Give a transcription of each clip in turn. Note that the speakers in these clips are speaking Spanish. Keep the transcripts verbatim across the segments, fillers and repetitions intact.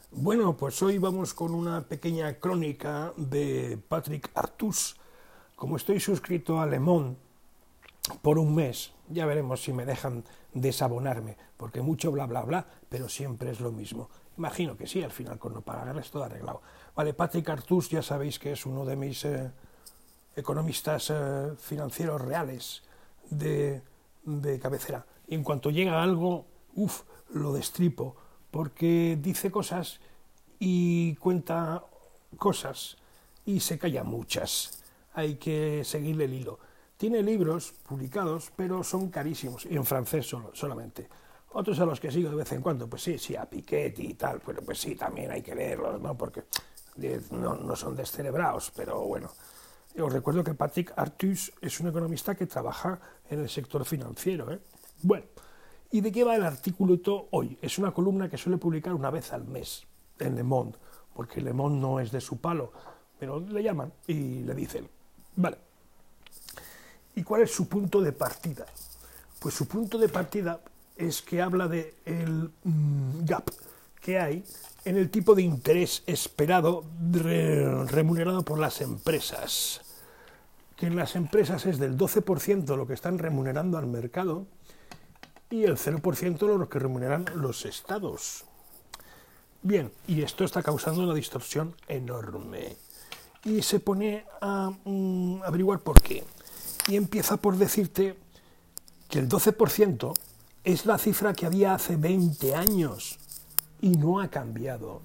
Bueno, pues hoy vamos con una pequeña crónica de Patrick Artus. Como estoy suscrito a Le Monde por un mes, ya veremos si me dejan desabonarme, porque mucho bla bla bla, pero siempre es lo mismo. Imagino que sí, al final con no pagarles todo arreglado. Vale, Patrick Artus ya sabéis que es uno de mis eh, economistas eh, financieros reales de, de cabecera. Y en cuanto llega algo, uff, lo destripo, porque dice cosas y cuenta cosas y se calla muchas. Hay que seguirle el hilo. Tiene libros publicados, pero son carísimos, y en francés solo, solamente. Otros a los que sigo de vez en cuando, pues sí, sí, a Piketty y tal, pero pues sí, también hay que leerlos, ¿no? Porque no, no son descerebrados, pero bueno. Os recuerdo que Patrick Artus es un economista que trabaja en el sector financiero, ¿eh? Bueno, ¿y de qué va el artículo hoy? Es una columna que suele publicar una vez al mes en Le Monde, porque Le Monde no es de su palo, pero le llaman y le dicen, vale, ¿y cuál es su punto de partida? Pues su punto de partida es que habla de el mmm, gap que hay en el tipo de interés esperado re, remunerado por las empresas, que en las empresas es del doce por ciento lo que están remunerando al mercado y el cero por ciento lo que remuneran los estados. Bien, y esto está causando una distorsión enorme. Y se pone a um, averiguar por qué. Y empieza por decirte que el doce por ciento es la cifra que había hace veinte años y no ha cambiado.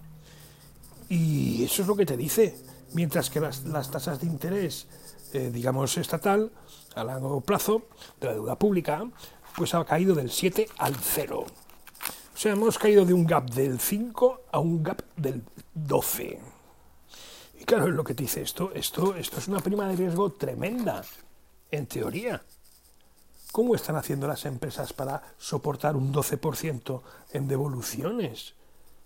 Y eso es lo que te dice. Mientras que las, las tasas de interés, eh, digamos, estatal, a largo plazo, de la deuda pública, pues ha caído del siete al cero. O sea, hemos caído de un gap del cinco a un gap del doce. Y claro, es lo que te dice esto, esto, esto es una prima de riesgo tremenda, en teoría. ¿Cómo están haciendo las empresas para soportar un doce por ciento en devoluciones?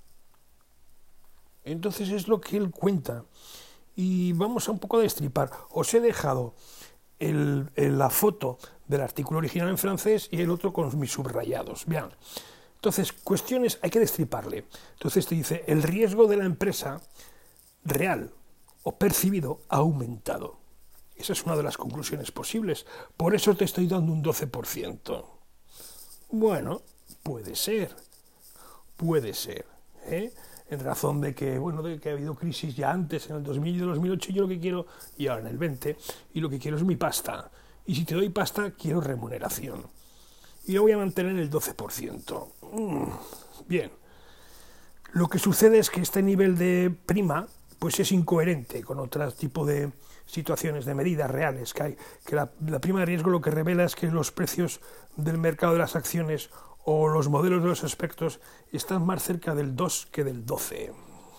Entonces es lo que él cuenta. Y vamos a un poco a destripar. Os he dejado el, el, la foto del artículo original en francés y el otro con mis subrayados. Bien. Entonces, cuestiones hay que destriparle. Entonces te dice, el riesgo de la empresa real o percibido ha aumentado. Esa es una de las conclusiones posibles. Por eso te estoy dando un doce por ciento. Bueno, puede ser. Puede ser. ¿eh? En razón de que, bueno, de que ha habido crisis ya antes, en el dos mil y el dos mil ocho, yo lo que quiero, y ahora en el veinte, y lo que quiero es mi pasta. Y si te doy pasta, quiero remuneración. Y lo voy a mantener en el doce por ciento. Mm, bien. Lo que sucede es que este nivel de prima pues es incoherente con otro tipo de situaciones, de medidas reales que hay. Que la, la prima de riesgo lo que revela es que los precios del mercado de las acciones o los modelos de los aspectos están más cerca del dos que del doce.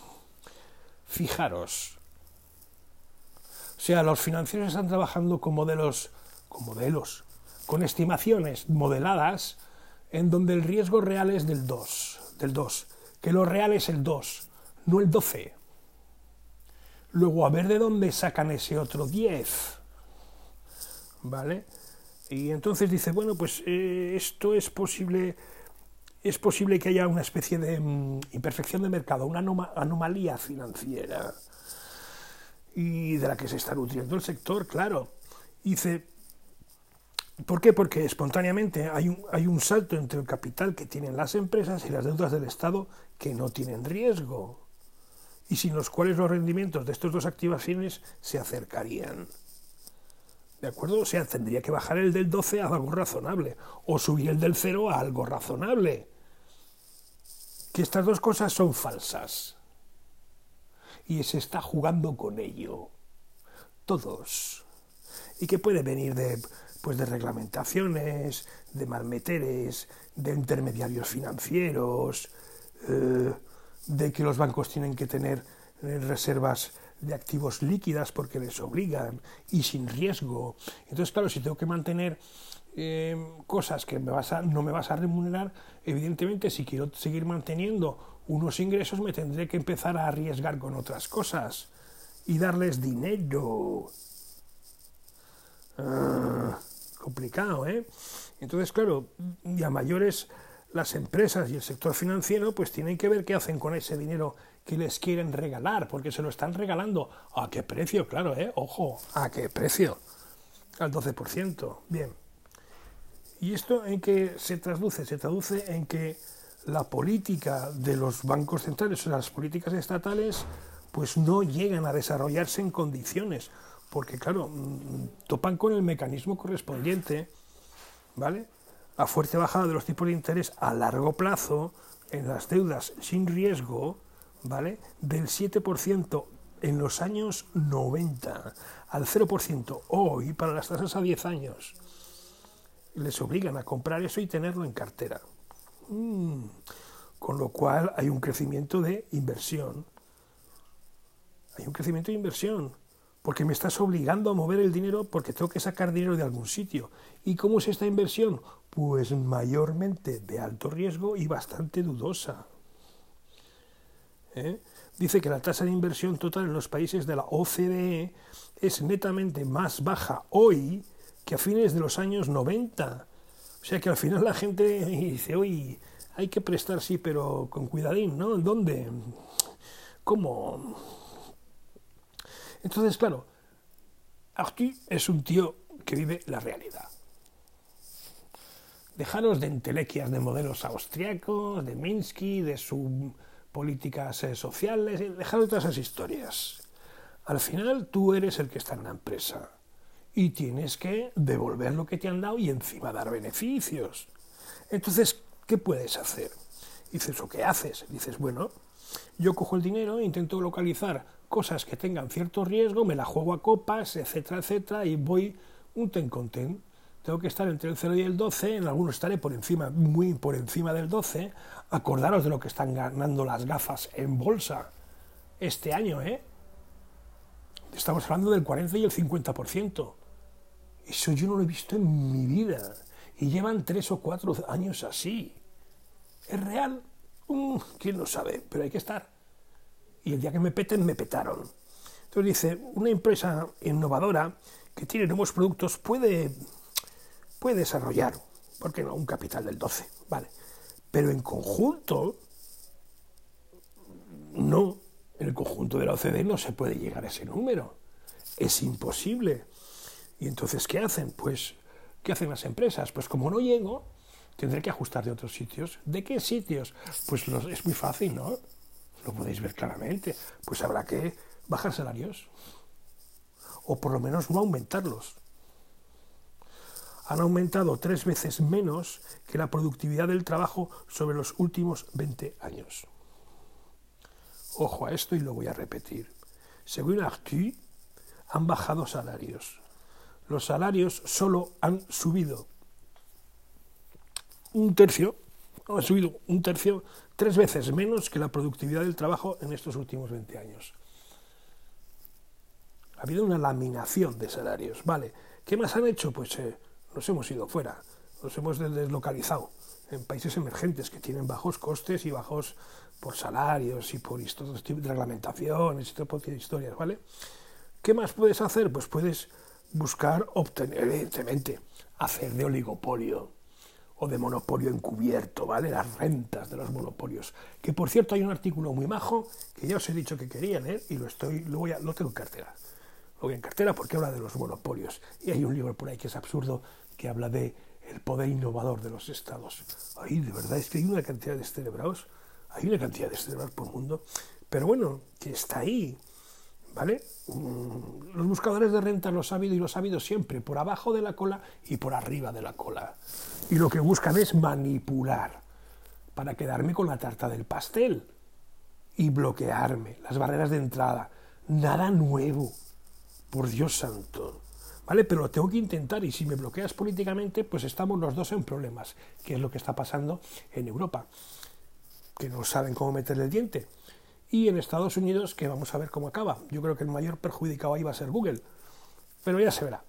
Fijaros. O sea, los financieros están trabajando con modelos, con modelos, con estimaciones modeladas en donde el riesgo real es del dos, del dos, que lo real es el dos, no el doce. Luego, a ver de dónde sacan ese otro diez, ¿vale? Y entonces dice, bueno, pues eh, esto es posible, es posible que haya una especie de um, imperfección de mercado, una anoma- anomalía financiera, y de la que se está nutriendo el sector, claro. Y dice, ¿por qué? Porque espontáneamente hay un, hay un salto entre el capital que tienen las empresas y las deudas del Estado que no tienen riesgo, y sin los cuales los rendimientos de estas dos activaciones se acercarían. ¿De acuerdo? O sea, tendría que bajar el del doce a algo razonable, o subir el del cero a algo razonable. Que estas dos cosas son falsas. Y se está jugando con ello. Todos. Y que puede venir de, pues de reglamentaciones, de malmeteres, de intermediarios financieros, eh, de que los bancos tienen que tener reservas de activos líquidas porque les obligan y sin riesgo. Entonces, claro, si tengo que mantener eh, cosas que me vas a, no me vas a remunerar, evidentemente, si quiero seguir manteniendo unos ingresos, me tendré que empezar a arriesgar con otras cosas y darles dinero. Ah, complicado, ¿eh? Entonces, claro, y a mayores las empresas y el sector financiero pues tienen que ver qué hacen con ese dinero que les quieren regalar, porque se lo están regalando. ¿A qué precio? Claro, ¿eh? Ojo, ¿a qué precio? Al doce por ciento. Bien. ¿Y esto en qué se traduce? Se traduce en que la política de los bancos centrales, o sea, las políticas estatales, pues no llegan a desarrollarse en condiciones, porque claro, topan con el mecanismo correspondiente, ¿vale? La fuerte bajada de los tipos de interés a largo plazo en las deudas sin riesgo, ¿vale? Del siete por ciento en los años noventa al cero por ciento hoy para las tasas a diez años. Les obligan a comprar eso y tenerlo en cartera. Mm. Con lo cual hay un crecimiento de inversión. Hay un crecimiento de inversión. Porque me estás obligando a mover el dinero porque tengo que sacar dinero de algún sitio. ¿Y cómo es esta inversión? Pues mayormente de alto riesgo y bastante dudosa. ¿Eh? Dice que la tasa de inversión total en los países de la O C D E es netamente más baja hoy que a fines de los años noventa. O sea que al final la gente dice, oye, hay que prestar, sí, pero con cuidadín, ¿no? ¿Dónde? ¿Cómo? Entonces, claro, Artur es un tío que vive la realidad. Dejaros de entelequias de modelos austriacos, de Minsky, de sus políticas sociales, dejaros de todas esas historias. Al final tú eres el que está en la empresa y tienes que devolver lo que te han dado y encima dar beneficios. Entonces, ¿qué puedes hacer? Dices, ¿o qué haces? Dices, bueno, yo cojo el dinero e intento localizar cosas que tengan cierto riesgo, me la juego a copas, etcétera, etcétera, y voy un ten con ten. Tengo que estar entre el cero y el doce, en algunos estaré por encima, muy por encima del doce. Acordaros de lo que están ganando las gafas en bolsa este año, ¿eh? Estamos hablando del cuarenta y el cincuenta por ciento. Eso yo no lo he visto en mi vida. Y llevan tres o cuatro años así. ¿Es real? Uh, ¿Quién lo sabe? Pero hay que estar. Y el día que me peten, me petaron. Entonces dice, una empresa innovadora que tiene nuevos productos puede, puede desarrollar, ¿por qué no?, un capital del doce, ¿vale? Pero en conjunto, no, en el conjunto de la O C D E no se puede llegar a ese número. Es imposible. ¿Y entonces qué hacen? Pues, ¿qué hacen las empresas? Pues como no llego, tendré que ajustar de otros sitios. ¿De qué sitios? Pues los, es muy fácil, ¿no? Lo podéis ver claramente. Pues habrá que bajar salarios. O por lo menos no aumentarlos. Han aumentado tres veces menos que la productividad del trabajo sobre los últimos veinte años. Ojo a esto y lo voy a repetir. Según Artur, han bajado salarios. Los salarios solo han subido un tercio, han subido un tercio, tres veces menos que la productividad del trabajo en estos últimos veinte años. Ha habido una laminación de salarios. Vale, ¿qué más han hecho? Pues eh, nos hemos ido fuera, nos hemos deslocalizado en países emergentes que tienen bajos costes y bajos por salarios y por estos tipos de reglamentaciones y todo tipo de historias, ¿vale? ¿Qué más puedes hacer? Pues puedes buscar obtener, evidentemente, hacer de oligopolio o de monopolio encubierto, ¿vale? Las rentas de los monopolios. Que, por cierto, hay un artículo muy majo que ya os he dicho que quería leer y lo, estoy, lo, voy a, lo tengo en cartera. Lo voy en cartera porque habla de los monopolios. Y hay un libro por ahí que es absurdo que habla de el poder innovador de los estados. Ay, de verdad, es que hay una cantidad de descerebrados, hay una cantidad de descerebrados por el mundo, pero bueno, que está ahí, ¿vale? Los buscadores de renta los ha habido y los ha habido siempre, por abajo de la cola y por arriba de la cola. Y lo que buscan es manipular para quedarme con la tarta del pastel y bloquearme las barreras de entrada. Nada nuevo, por Dios santo, ¿vale? Pero lo tengo que intentar y si me bloqueas políticamente, pues estamos los dos en problemas, que es lo que está pasando en Europa, que no saben cómo meterle el diente. Y en Estados Unidos, que vamos a ver cómo acaba. Yo creo que el mayor perjudicado ahí va a ser Google, pero ya se verá.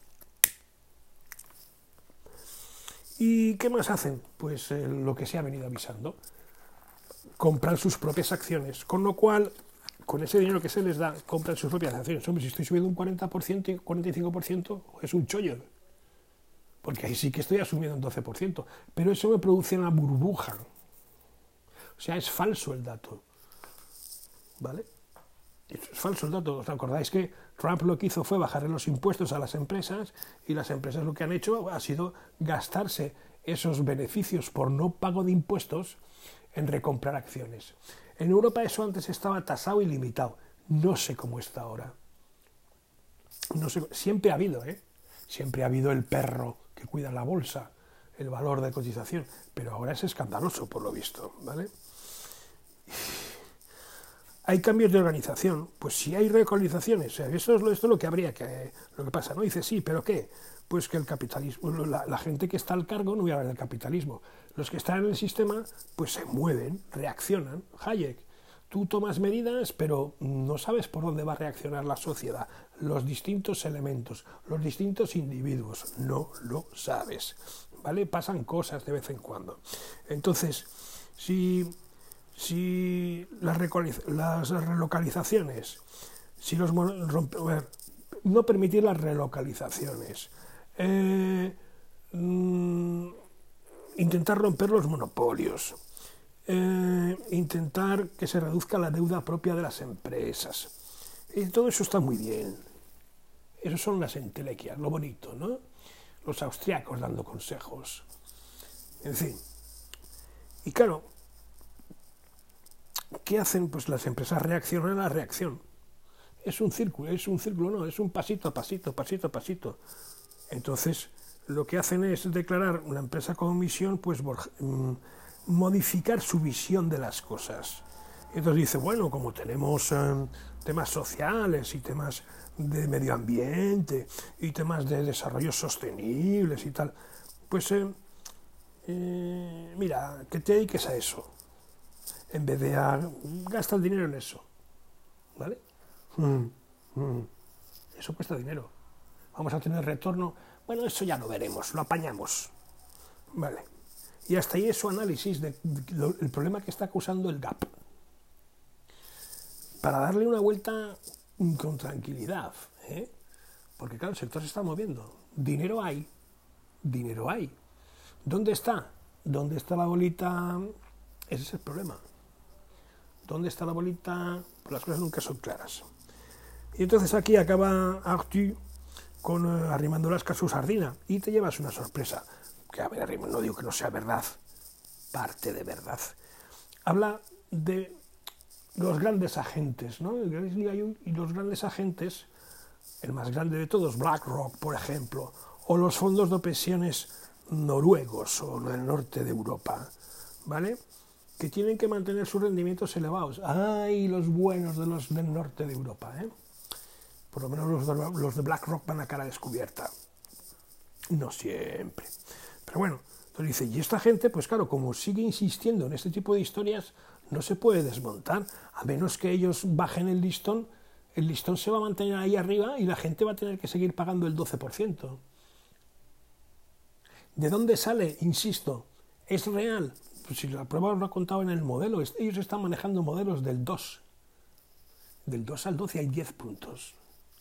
¿Y qué más hacen? Pues eh, lo que se ha venido avisando. Compran sus propias acciones, con lo cual, con ese dinero que se les da, compran sus propias acciones. Hombre, si estoy subiendo un cuarenta por ciento y cuarenta y cinco por ciento, es un chollo. porque ahí sí que estoy asumiendo un doce por ciento, pero eso me produce una burbuja. O sea, es falso el dato, ¿vale? Es falso el dato. ¿Os acordáis que Trump lo que hizo fue bajarle los impuestos a las empresas y las empresas lo que han hecho ha sido gastarse esos beneficios por no pago de impuestos en recomprar acciones? En Europa eso antes estaba tasado y limitado. No sé cómo está ahora. No sé, siempre ha habido, ¿eh? Siempre ha habido el perro que cuida la bolsa, el valor de cotización, pero ahora es escandaloso por lo visto, ¿vale? Hay cambios de organización, pues si hay relocalizaciones, o sea, eso es lo, esto es lo que habría que, lo que pasa, ¿no? Dice, sí, ¿pero qué? Pues que el capitalismo, la, la gente que está al cargo, no voy a hablar del capitalismo, los que están en el sistema, pues se mueven, reaccionan. Hayek, tú tomas medidas, pero no sabes por dónde va a reaccionar la sociedad, los distintos elementos, los distintos individuos, no lo sabes, ¿vale? Pasan cosas de vez en cuando. Entonces, si... Si las, las relocalizaciones, si los romper, no permitir las relocalizaciones, eh, mm, intentar romper los monopolios, eh, intentar que se reduzca la deuda propia de las empresas, y todo eso está muy bien. Esas son las entelequias, lo bonito, ¿no? Los austriacos dando consejos, en fin. Y claro, ¿qué hacen? Pues las empresas reaccionan a la reacción. Es un círculo, es un círculo, no, es un pasito a pasito, pasito a pasito. Entonces, lo que hacen es declarar una empresa como misión, pues modificar su visión de las cosas. Entonces dice, bueno, como tenemos eh, temas sociales y temas de medio ambiente y temas de desarrollo sostenibles y tal, pues eh, eh, mira, que te dediques a eso. En vez de a, gasta el dinero en eso, ¿vale? Mm, mm. Eso cuesta dinero. Vamos a tener retorno. Bueno, eso ya lo veremos, lo apañamos, ¿vale? Y hasta ahí es su análisis del de, de, de, problema que está causando el gap. Para darle una vuelta con tranquilidad, ¿eh? Porque claro, el sector se está moviendo. Dinero hay, dinero hay. ¿Dónde está? ¿Dónde está la bolita? Ese es el problema. ¿Dónde está la bolita? Pues las cosas nunca son claras. Y entonces aquí acaba Arthur con uh, arrimando las a su sardina y te llevas una sorpresa. Que a ver, no digo que no sea verdad, parte de verdad. Habla de los grandes agentes, ¿no? Y los grandes agentes, el más grande de todos, BlackRock, por ejemplo, o los fondos de pensiones noruegos o del norte de Europa, ¿vale? Que tienen que mantener sus rendimientos elevados. ¡Ay, los buenos de los del norte de Europa! ¿eh? Por lo menos los de, los de BlackRock van a cara descubierta. No siempre. Pero bueno, entonces dice, y esta gente, pues claro, como sigue insistiendo en este tipo de historias, no se puede desmontar, a menos que ellos bajen el listón, el listón se va a mantener ahí arriba y la gente va a tener que seguir pagando el doce por ciento. ¿De dónde sale? Insisto, ¿es real? Pues si la prueba os lo ha contado en el modelo, ellos están manejando modelos del dos. Del dos al doce hay diez puntos.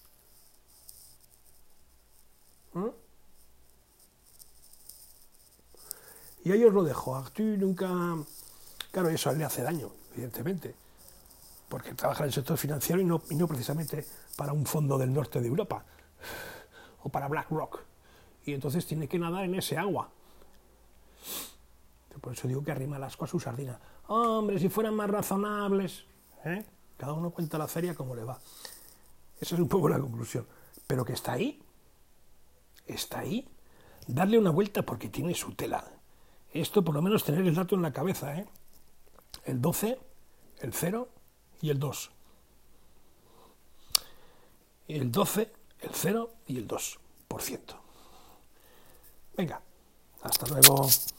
¿Eh? Y ahí os lo dejo. Arthur nunca... Claro, eso le hace daño, evidentemente, porque trabaja en el sector financiero y no, y no precisamente para un fondo del norte de Europa o para BlackRock. Y entonces tiene que nadar en ese agua. Por eso digo que arrima el asco a su sardina. Oh, hombre, si fueran más razonables, ¿eh? Cada uno cuenta la feria como le va. Esa es un poco la conclusión. Pero que está ahí, está ahí. Darle una vuelta porque tiene su tela. Esto por lo menos tener el dato en la cabeza, ¿eh? El doce, el cero y el dos. El doce, el cero y el dos por ciento. Venga, hasta luego.